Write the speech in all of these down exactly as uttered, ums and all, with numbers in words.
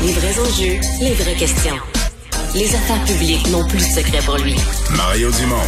Les vrais enjeux, les vraies questions. Les affaires publiques n'ont plus de secret pour lui. Mario Dumont.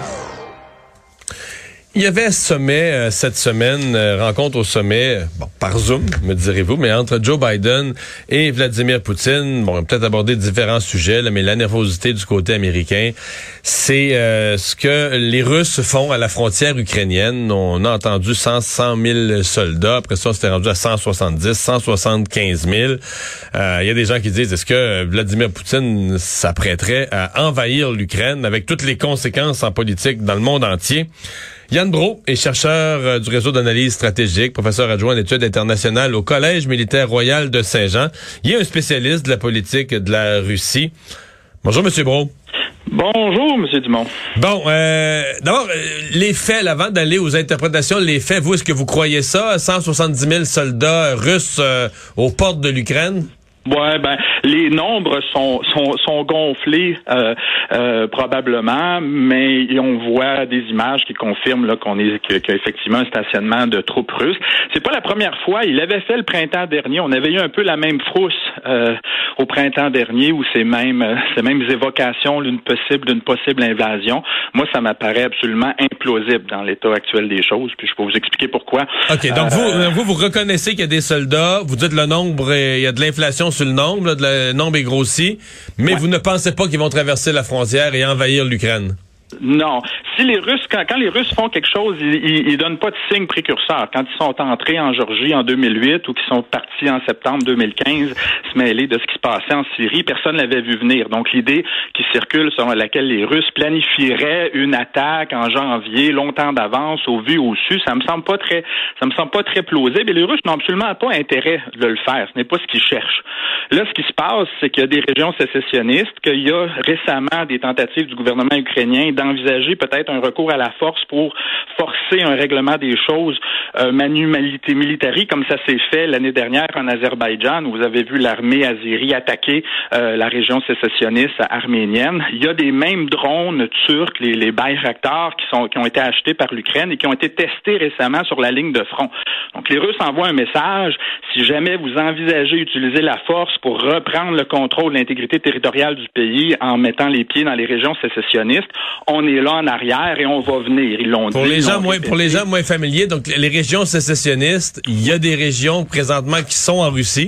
Il y avait sommet euh, cette semaine, euh, rencontre au sommet, euh, bon, par Zoom, me direz-vous, mais entre Joe Biden et Vladimir Poutine. Bon, on va peut-être aborder différents sujets, là, mais la nervosité du côté américain, c'est euh, ce que les Russes font à la frontière ukrainienne. On a entendu cent mille soldats. Après ça, on s'était rendu à cent soixante-dix, cent soixante-quinze mille. Euh, il y a des gens qui disent, est-ce que Vladimir Poutine s'apprêterait à envahir l'Ukraine avec toutes les conséquences en politique dans le monde entier? Yann Brault est chercheur euh, du réseau d'analyse stratégique, professeur adjoint en études internationales au Collège militaire royal de Saint-Jean. Il est un spécialiste de la politique de la Russie. Bonjour, Monsieur Brault. Bonjour, M. Dumont. Bon, euh, d'abord, euh, les faits, là, avant d'aller aux interprétations, les faits, vous, est-ce que vous croyez ça? cent soixante-dix mille soldats russes euh, aux portes de l'Ukraine? Ouais, ben les nombres sont sont, sont gonflés euh, euh, probablement, mais on voit des images qui confirment là qu'on est qu'il y a effectivement un stationnement de troupes russes. C'est pas la première fois. Il l'avait fait le printemps dernier. On avait eu un peu la même frousse euh, au printemps dernier où ces mêmes ces mêmes évocations d'une possible d'une possible invasion. Moi, ça m'apparaît absolument implausible dans l'état actuel des choses. Puis je peux vous expliquer pourquoi. Ok, donc euh, vous vous vous reconnaissez qu'il y a des soldats. Vous dites le nombre, il y a de l'inflation sur le nombre, là, de la, le nombre est grossi, mais ouais. Vous ne pensez pas qu'ils vont traverser la frontière et envahir l'Ukraine? Non. Si les Russes, quand, quand les Russes font quelque chose, ils, ils, ils donnent pas de signe précurseur. Quand ils sont entrés en Géorgie en deux mille huit ou qu'ils sont partis en septembre deux mille quinze, se mêler de ce qui se passait en Syrie, personne l'avait vu venir. Donc l'idée qui circule selon laquelle les Russes planifieraient une attaque en janvier, longtemps d'avance, au vu au su, ça me semble pas très, ça me semble pas très plausible. Et les Russes n'ont absolument pas intérêt de le faire. Ce n'est pas ce qu'ils cherchent. Là, ce qui se passe, c'est qu'il y a des régions sécessionnistes, qu'il y a récemment des tentatives du gouvernement ukrainien d'envisager peut-être un recours à la force pour forcer un règlement des choses euh, manu militari, comme ça s'est fait l'année dernière en Azerbaïdjan, où vous avez vu l'armée azérie attaquer euh, la région sécessionniste arménienne. Il y a des mêmes drones turcs, les, les Bayraktar, qui sont qui ont été achetés par l'Ukraine et qui ont été testés récemment sur la ligne de front. Donc les Russes envoient un message: si jamais vous envisagez d'utiliser la force pour reprendre le contrôle de l'intégrité territoriale du pays en mettant les pieds dans les régions sécessionnistes, on est là en arrière et on va venir. Ils l'ont pour dit. Les gens moins, pour les gens moins familiers, donc les régions sécessionnistes, il y a des régions présentement qui sont en Russie.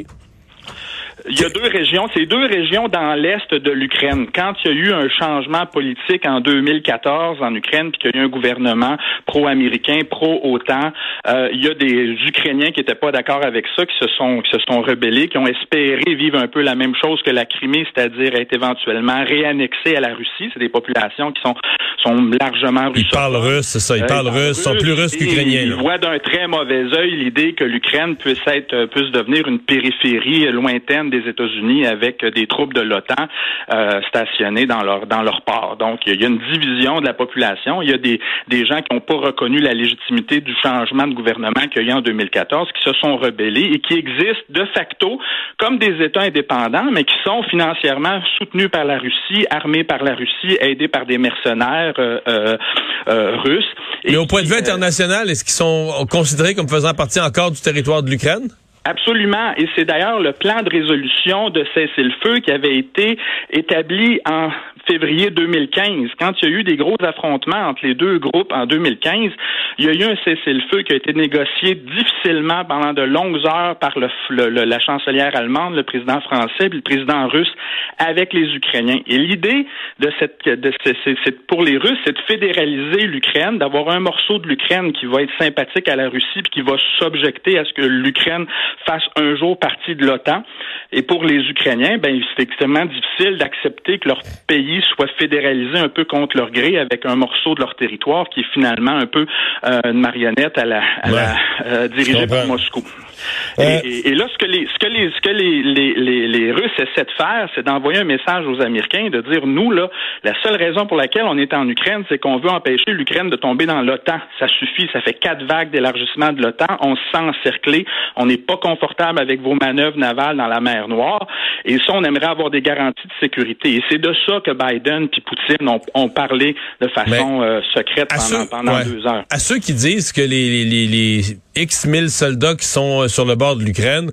Il y a deux régions, c'est deux régions dans l'est de l'Ukraine. Quand il y a eu un changement politique en deux mille quatorze en Ukraine, puis qu'il y a eu un gouvernement pro-américain, pro-OTAN, euh, il y a des Ukrainiens qui n'étaient pas d'accord avec ça, qui se sont qui se sont rebellés, qui ont espéré vivre un peu la même chose que la Crimée, c'est-à-dire être éventuellement réannexés à la Russie. C'est des populations qui sont sont largement russophones. Ils parlent russe, c'est ça. Ils euh, parlent russe, sont plus russes qu'ukrainiens. Ils voient d'un très mauvais œil l'idée que l'Ukraine puisse être puisse devenir une périphérie lointaine des États-Unis avec des troupes de l'OTAN euh, stationnées dans leur dans leur port. Donc il y a une division de la population. Il y a des des gens qui n'ont pas reconnu la légitimité du changement de gouvernement qu'il y a eu en deux mille quatorze, qui se sont rebellés et qui existent de facto comme des États indépendants, mais qui sont financièrement soutenus par la Russie, armés par la Russie, aidés par des mercenaires euh, euh, euh, russes. Mais et au point de vue euh, international, est-ce qu'ils sont considérés comme faisant partie encore du territoire de l'Ukraine? Absolument. Et c'est d'ailleurs le plan de résolution de cessez-le-feu qui avait été établi en février deux mille quinze. Quand il y a eu des gros affrontements entre les deux groupes en deux mille quinze, il y a eu un cessez-le-feu qui a été négocié difficilement pendant de longues heures par le, le, le, la chancelière allemande, le président français et le président russe avec les Ukrainiens. Et l'idée de cette, de, c'est, c'est, pour les Russes, c'est de fédéraliser l'Ukraine, d'avoir un morceau de l'Ukraine qui va être sympathique à la Russie puis qui va s'objecter à ce que l'Ukraine fasse un jour partie de l'OTAN. Et pour les Ukrainiens, ben c'est extrêmement difficile d'accepter que leur pays soit fédéralisé un peu contre leur gré avec un morceau de leur territoire qui est finalement un peu euh, une marionnette à la, à ouais. la euh, dirigée par Moscou. Euh... Et, et, et là, ce que les ce que les ce que les les, les, les Russes essaient de faire, c'est d'envoyer un message aux Américains de dire nous là, la seule raison pour laquelle on est en Ukraine, c'est qu'on veut empêcher l'Ukraine de tomber dans l'OTAN. Ça suffit, ça fait quatre vagues d'élargissement de l'OTAN, on se sent encerclé, on n'est pas confortable avec vos manœuvres navales dans la mer Noire, et ça, on aimerait avoir des garanties de sécurité. Et c'est de ça que Biden puis Poutine ont, ont parlé de façon euh, secrète pendant, ceux, pendant ouais. deux heures. À ceux qui disent que les, les, les X mille soldats qui sont sur le bord de l'Ukraine,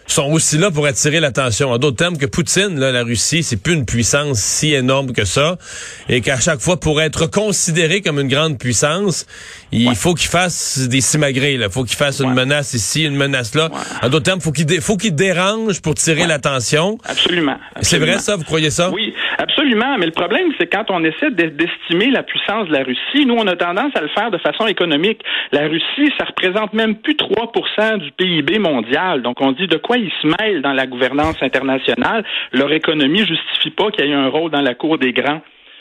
sont aussi là pour attirer l'attention. En d'autres termes que Poutine, là, la Russie, c'est plus une puissance si énorme que ça, et qu'à chaque fois, pour être considéré comme une grande puissance, il ouais. faut qu'il fasse des simagrées, là. Faut qu'il fasse ouais. une menace ici, une menace là. Ouais. En d'autres termes, faut qu'il dé- faut qu'il dérange pour tirer ouais. l'attention. Absolument. Absolument. C'est vrai ça? Vous croyez ça? Oui, absolument. Mais le problème, c'est quand on essaie d'estimer la puissance de la Russie, nous, on a tendance à le faire de façon économique. La Russie, ça représente même plus trois pour cent du P I B mondial. Donc, on dit de quoi ils se mêlent dans la gouvernance internationale. Leur économie justifie pas qu'il y ait un rôle dans la cour des grands.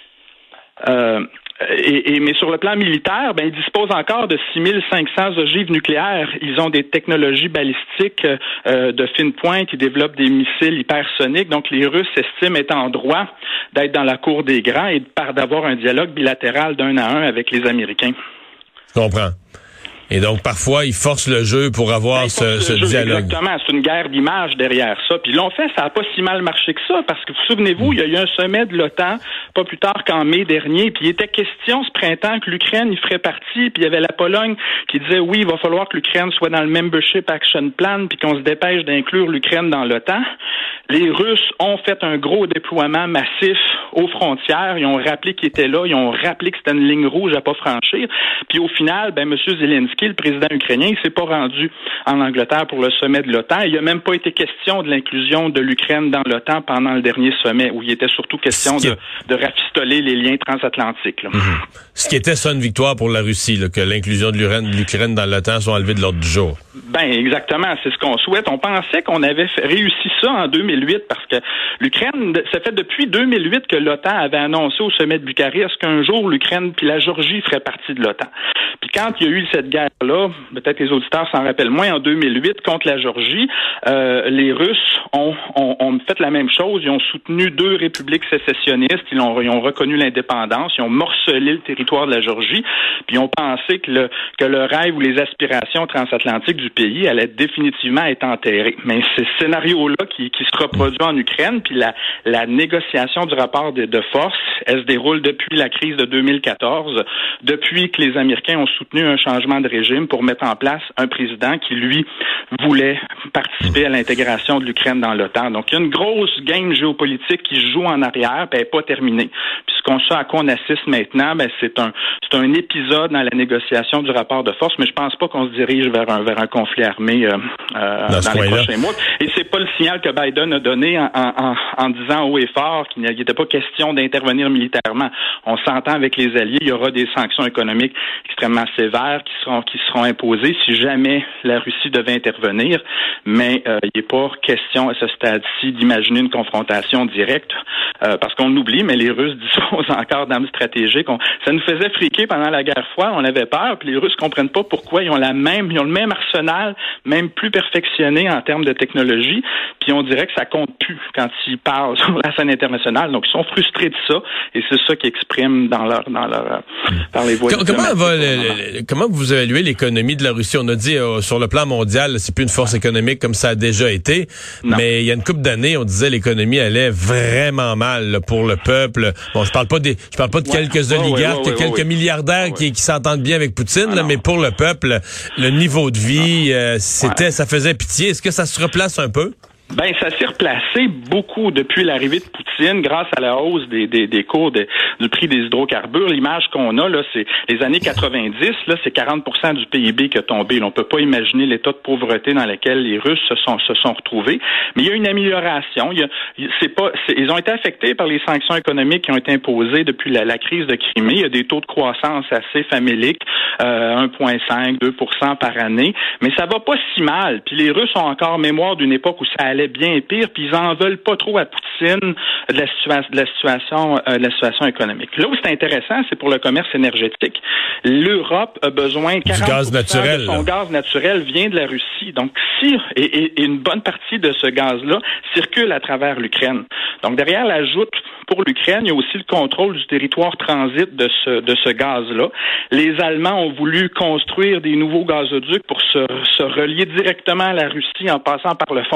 Euh, et, et, mais sur le plan militaire, ben, ils disposent encore de six mille cinq cents ogives nucléaires. Ils ont des technologies balistiques euh, de fine pointe. Ils développent des missiles hypersoniques. Donc, les Russes estiment être en droit d'être dans la cour des grands et par d'avoir un dialogue bilatéral d'un à un avec les Américains. Je comprends. Et donc, parfois, ils forcent le jeu pour avoir ben, ce, ce jeu, dialogue. Exactement. C'est une guerre d'image derrière ça. Puis l'on fait, ça n'a pas si mal marché que ça, parce que, vous souvenez-vous, il y a eu un sommet de l'OTAN, pas plus tard qu'en mai dernier, puis il était question ce printemps que l'Ukraine y ferait partie, puis il y avait la Pologne qui disait, oui, il va falloir que l'Ukraine soit dans le Membership Action Plan, puis qu'on se dépêche d'inclure l'Ukraine dans l'OTAN. Les Russes ont fait un gros déploiement massif aux frontières. Ils ont rappelé qu'ils étaient là. Ils ont rappelé que c'était une ligne rouge à pas franchir. Puis au final, ben, M. Zelensky, le président ukrainien, il s'est pas rendu en Angleterre pour le sommet de l'OTAN. Il n'a même pas été question de l'inclusion de l'Ukraine dans l'OTAN pendant le dernier sommet, où il était surtout question de, de rafistoler les liens transatlantiques. Là. Mm-hmm. Ce qui était ça une victoire pour la Russie, là, que l'inclusion de l'Ukraine, de l'Ukraine dans l'OTAN soit enlevée de l'ordre du jour. Ben exactement, c'est ce qu'on souhaite. On pensait qu'on avait réussi ça en deux mille huit parce que l'Ukraine, ça fait depuis deux mille huit que l'OTAN avait annoncé au sommet de Bucarest qu'un jour l'Ukraine puis la Géorgie feraient partie de l'OTAN. Puis quand il y a eu cette guerre-là, peut-être les auditeurs s'en rappellent moins, en deux mille huit contre la Géorgie, euh, les Russes ont, ont, ont fait la même chose. Ils ont soutenu deux républiques sécessionnistes. Ils ont, ils ont reconnu l'indépendance. Ils ont morcelé le territoire de la Géorgie. Puis ils ont pensé que le, que le rêve ou les aspirations transatlantiques du pays allaient définitivement être enterrés. Mais c'est ce scénario-là qui, qui se reproduit en Ukraine. Puis la, la négociation du rapport de, de force, elle se déroule depuis la crise de deux mille quatorze, depuis que les Américains ont soutenu un changement de régime pour mettre en place un président qui, lui, voulait participer à l'intégration de l'Ukraine dans l'OTAN. Donc, il y a une grosse game géopolitique qui se joue en arrière, puis elle n'est pas terminée. Puis ce qu'on sait à quoi on assiste maintenant, ben, c'est un c'est un épisode dans la négociation du rapport de force, mais je pense pas qu'on se dirige vers un vers un conflit armé euh, euh, dans, dans les prochains mois. Et c'est pas le signal que Biden a donné en, en, en disant haut et fort qu'il n'était pas question d'intervenir militairement. On s'entend avec les alliés, il y aura des sanctions économiques extrêmement sévères qui seront qui seront imposées si jamais la Russie devait intervenir, mais euh, il n'est pas question à ce stade-ci d'imaginer une confrontation directe, euh, parce qu'on oublie, mais les Russes disposent encore d'armes stratégiques. On, ça nous faisait friquer pendant la guerre froide, on avait peur, puis les Russes comprennent pas pourquoi ils ont la même, ils ont le même arsenal, même plus perfectionné en termes de technologie, puis on dirait que ça compte plus quand ils parlent sur la scène internationale. Donc ils sont frustrés de ça, et c'est ça qu'ils expriment dans leur dans leur dans les voies. Comment va le, le, comment vous évaluez l'économie de la Russie? On a dit euh, sur le plan mondial, c'est plus une force économique comme ça a déjà été, non. Mais il y a une couple d'années, on disait l'économie allait vraiment mal là, pour le peuple. Bon, je parle pas des, je parle pas de ouais. quelques oligarques, ouais, ouais, ouais, quelques ouais, milliardaires ouais. qui, qui s'entendent bien avec Poutine, ah, là, mais pour le peuple, le niveau de vie, euh, c'était, ouais. ça faisait pitié. Est-ce que ça se replace un peu? Ben, ça s'est replacé beaucoup depuis l'arrivée de Poutine, grâce à la hausse des, des, des cours de, du prix des hydrocarbures. L'image qu'on a, là, c'est les années quatre-vingt-dix, là, c'est quarante pour cent du P I B qui a tombé. Là, on peut pas imaginer l'état de pauvreté dans lequel les Russes se sont, se sont retrouvés. Mais il y a une amélioration. Il y a, c'est pas, c'est, ils ont été affectés par les sanctions économiques qui ont été imposées depuis la, la crise de Crimée. Il y a des taux de croissance assez faméliques, euh, un virgule cinq, deux pour cent par année. Mais ça va pas si mal. Puis les Russes ont encore mémoire d'une époque où ça allait bien pire, puis ils en veulent pas trop à Poutine de la situation, de la situation, euh, de la situation économique. Là où c'est intéressant, c'est pour le commerce énergétique. L'Europe a besoin quarante pour cent gaz naturel, de son là. gaz naturel vient de la Russie. Donc, si et, et, et une bonne partie de ce gaz-là circule à travers l'Ukraine. Donc, derrière l'ajout pour l'Ukraine, il y a aussi le contrôle du territoire transit de ce de ce gaz-là. Les Allemands ont voulu construire des nouveaux gazoducs pour se, se relier directement à la Russie en passant par le fond de la mer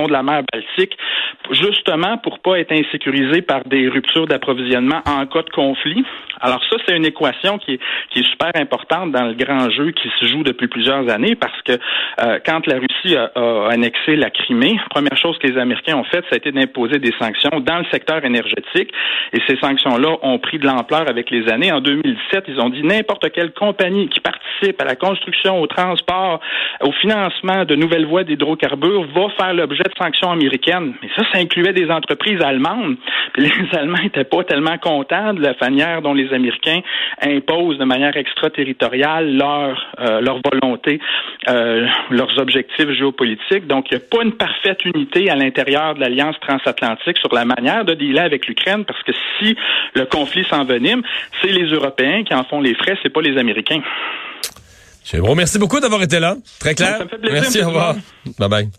Baltique, justement pour pas être insécurisé par des ruptures d'approvisionnement en cas de conflit. Alors ça, c'est une équation qui est, qui est super importante dans le grand jeu qui se joue depuis plusieurs années parce que euh, quand la Russie a, a annexé la Crimée, première chose que les Américains ont faite, ça a été d'imposer des sanctions dans le secteur énergétique et ces sanctions-là ont pris de l'ampleur avec les années. En deux mille dix-sept, ils ont dit n'importe quelle compagnie qui participe à la construction, au transport, au financement de nouvelles voies d'hydrocarbures va faire l'objet de sanctions américaines. Mais ça, ça incluait des entreprises allemandes. Puis les Allemands n'étaient pas tellement contents de la manière dont les Américains imposent de manière extraterritoriale leur euh, leur volonté, euh, leurs objectifs géopolitiques. Donc, il n'y a pas une parfaite unité à l'intérieur de l'Alliance transatlantique sur la manière de dealer avec l'Ukraine, parce que si le conflit s'envenime, c'est les Européens qui en font les frais, c'est pas les Américains. Bon, merci beaucoup d'avoir été là. Très clair. Ça me fait plaisir. Merci, au revoir. Bye bye.